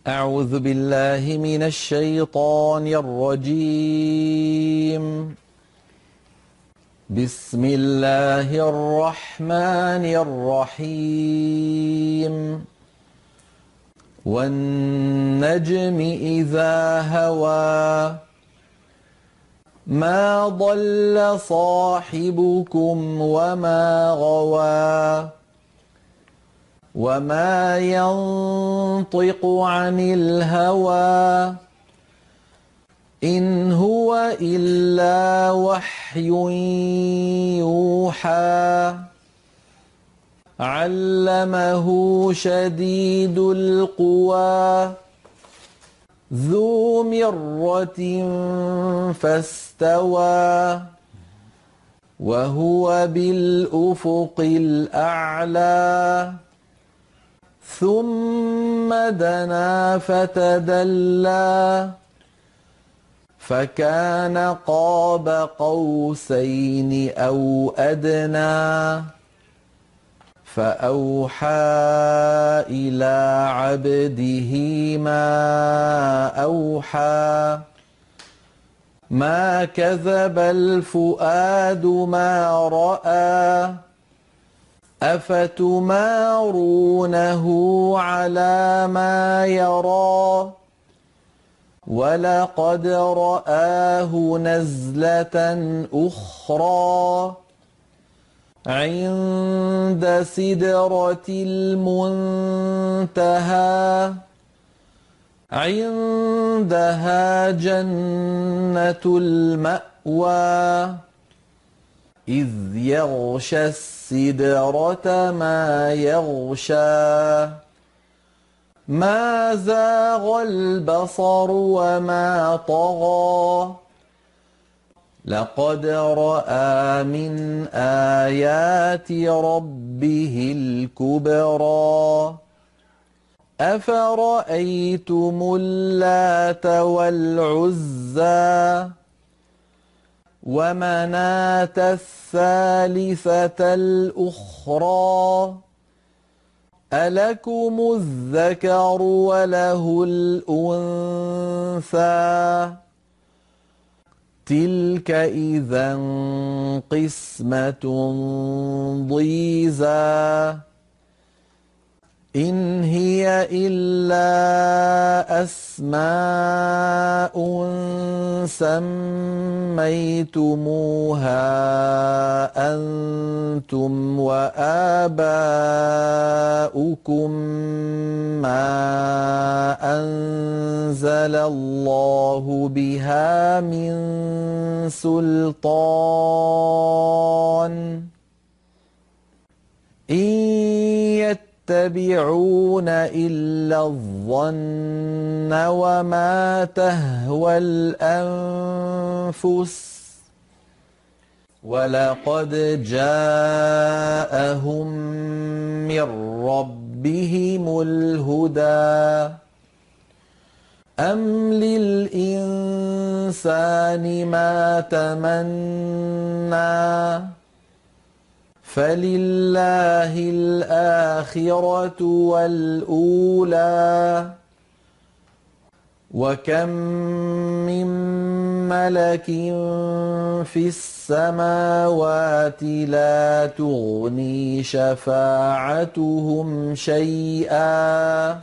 أعوذ بالله من الشيطان الرجيم. بسم الله الرحمن الرحيم. والنجم إذا هوى ما ضل صاحبكم وما غوى وما ينطق عن الهوى إن هو إلا وحي يوحى علمه شديد القوى ذو مرة فاستوى وهو بالأفق الأعلى ثم دنا فتدلى فكان قاب قوسين أو أدنى فأوحى إلى عبده ما أوحى ما كذب الفؤاد ما رأى أفتمارونه على ما يرى ولقد رآه نزلة أخرى عند سدرة المنتهى عندها جنة المأوى إذ يغشى السدرة ما يغشى ما زاغ البصر وما طغى لقد رأى من آيات ربه الكبرى أفرأيتم اللات والعزى ومناة الثالثة الأخرى ألكم الذكر وله الأنثى تلك إذا قسمة ضيزى إن هي إلا أسماء سميتموها أنتم وآباؤكم ما أنزل الله بها من سلطان إن يتبعون إلا الظن وما تهوى الأنفس ولقد جاءهم من ربهم الهدى أم للإنسان ما تمنى فلله الآخرة والأولى وكم من ملك في السماوات لا تغني شفاعتهم شيئا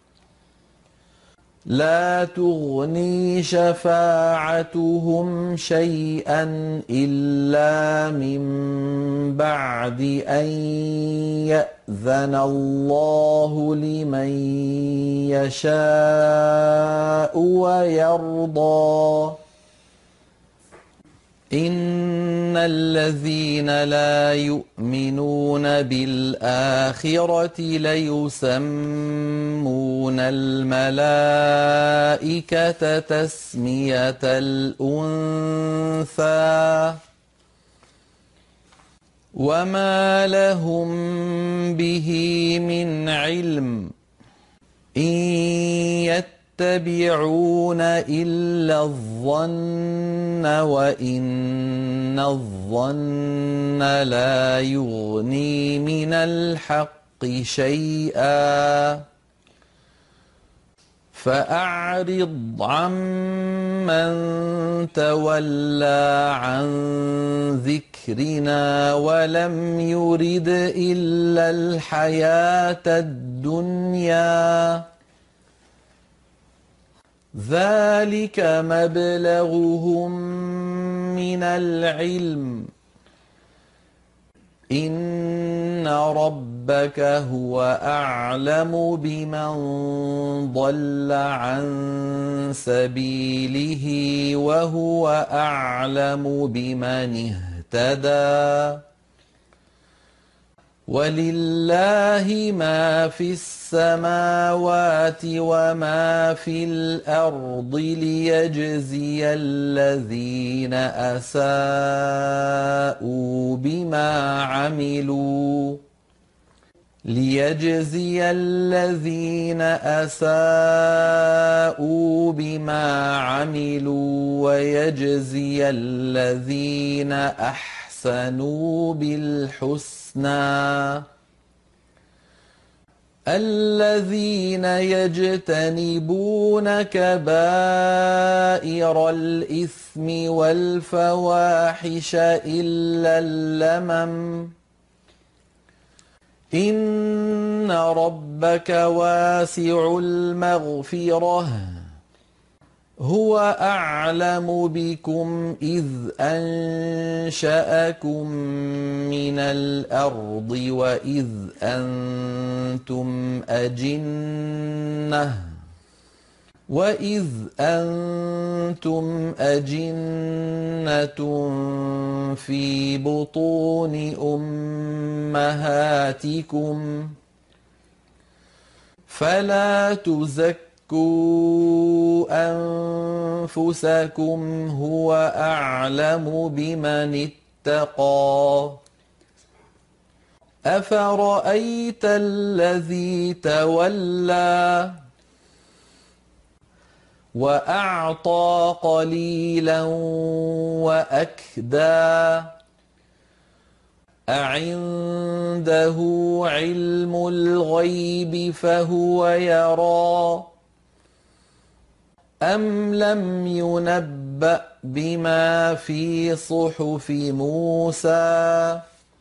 إلا من بعد أن يأذن الله لمن يشاء ويرضى إن الذين لا يؤمنون بالآخرة ليسمون الملائكة تسمية الأنثى وما لهم به من علم إن يتبعون إلا الظن وإن الظن لا يغني من الحق شيئا فأعرض عمن تولى عن ذكرنا ولم يرد إلا الحياة الدنيا ذلك مبلغهم من العلم إن ربك هو أعلم بمن ضل عن سبيله وهو أعلم بمن اهتدى ولله ما في السماوات وما في الأرض ليجزي الذين أساءوا بما عملوا ويجزي الذين أحسنوا بالحسنى الذين يجتنبون كبائر الإثم والفواحش إلا اللمم إن ربك واسع المغفرة هو أعلم بكم إذ أنشأكم من الأرض وإذ أنتم أجنة في بطون أمهاتكم فلا تزكوا أنفسكم هو أعلم بمن اتقى أفرأيت الذي تولى وأعطى قليلا وأكدى أعنده علم الغيب فهو يرى أم لم ينبأ بما في صحف موسى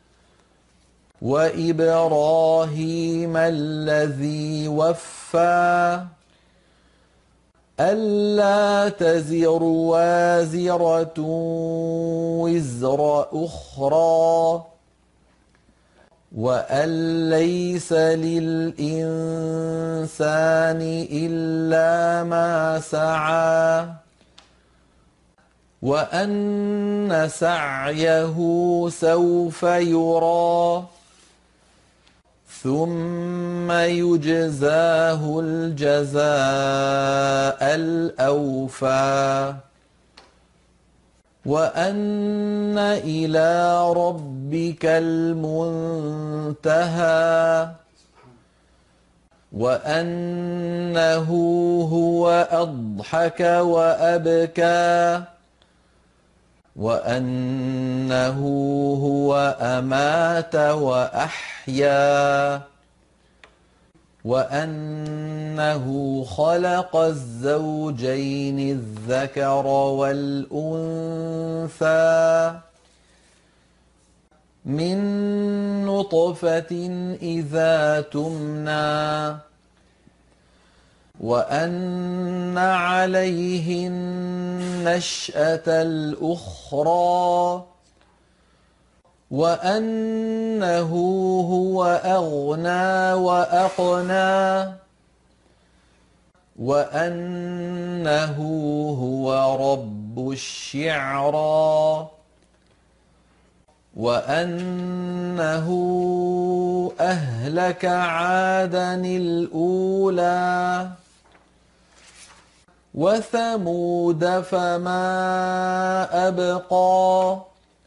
وإبراهيم الذي وفى ألا تزر وازرة وزر أخرى وأن ليس للإنسان إلا ما سعى وأن سعيه سوف يرى ثم يجزاه الجزاء الأوفى وأن إلى ربك المنتهى وأنه هو أضحك وأبكى وأنه هو أمات وأحيا وأنه خلق الزوجين الذكر والأنثى من نطفة إذا تمنى وأن عليه النشأة الأخرى وأنه هو أغنى وأقنى وأنه هو رب الشعرى وأنه أهلك عادا الأولى وثمود فما أبقى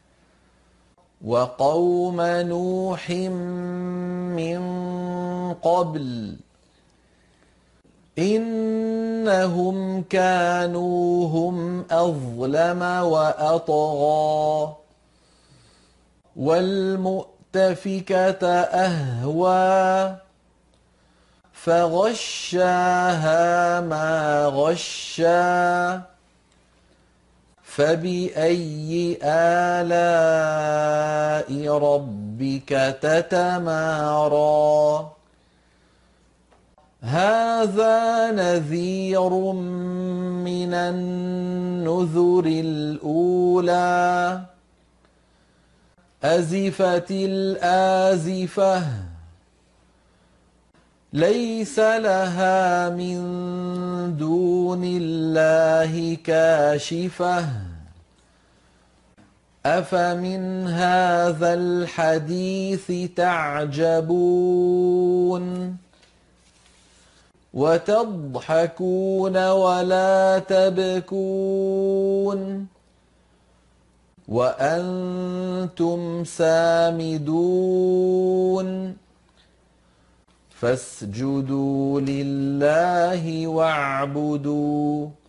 وقوم نوح من قبل إنهم كانوا هم أظلم وأطغى والمؤتفكة أهوى فغشاها ما غشا فبأي آلاء ربك تتمارى هذا نذير من النذر الأولى أزفت الآزفة ليس لها من دون الله كاشفة أفمن هذا الحديث تعجبون وتضحكون ولا تبكون وأنتم سامدون فاسجدوا لله واعبدوا